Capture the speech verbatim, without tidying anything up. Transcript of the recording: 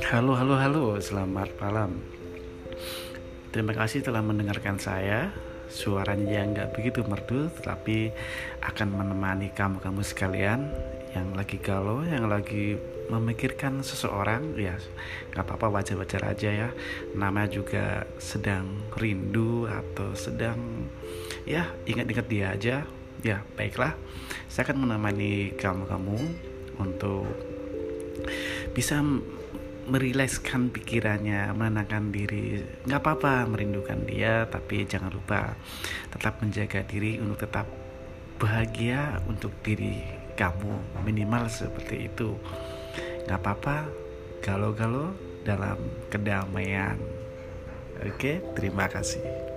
Halo, halo, halo, selamat malam. Terima kasih telah mendengarkan saya. Suaranya yang gak begitu merdu, tetapi akan menemani kamu-kamu sekalian yang lagi galau, yang lagi memikirkan seseorang. Ya, gak apa-apa, wajar-wajar aja ya. Namanya juga sedang rindu atau sedang, ya, ingat-ingat dia aja. Ya, baiklah. Saya akan menemani kamu-kamu untuk bisa merilekskan pikirannya, menenangkan diri. Nggak apa-apa merindukan dia, tapi jangan lupa tetap menjaga diri untuk tetap bahagia untuk diri kamu, minimal seperti itu. Nggak apa-apa galau-galau dalam kedamaian. Oke, terima kasih.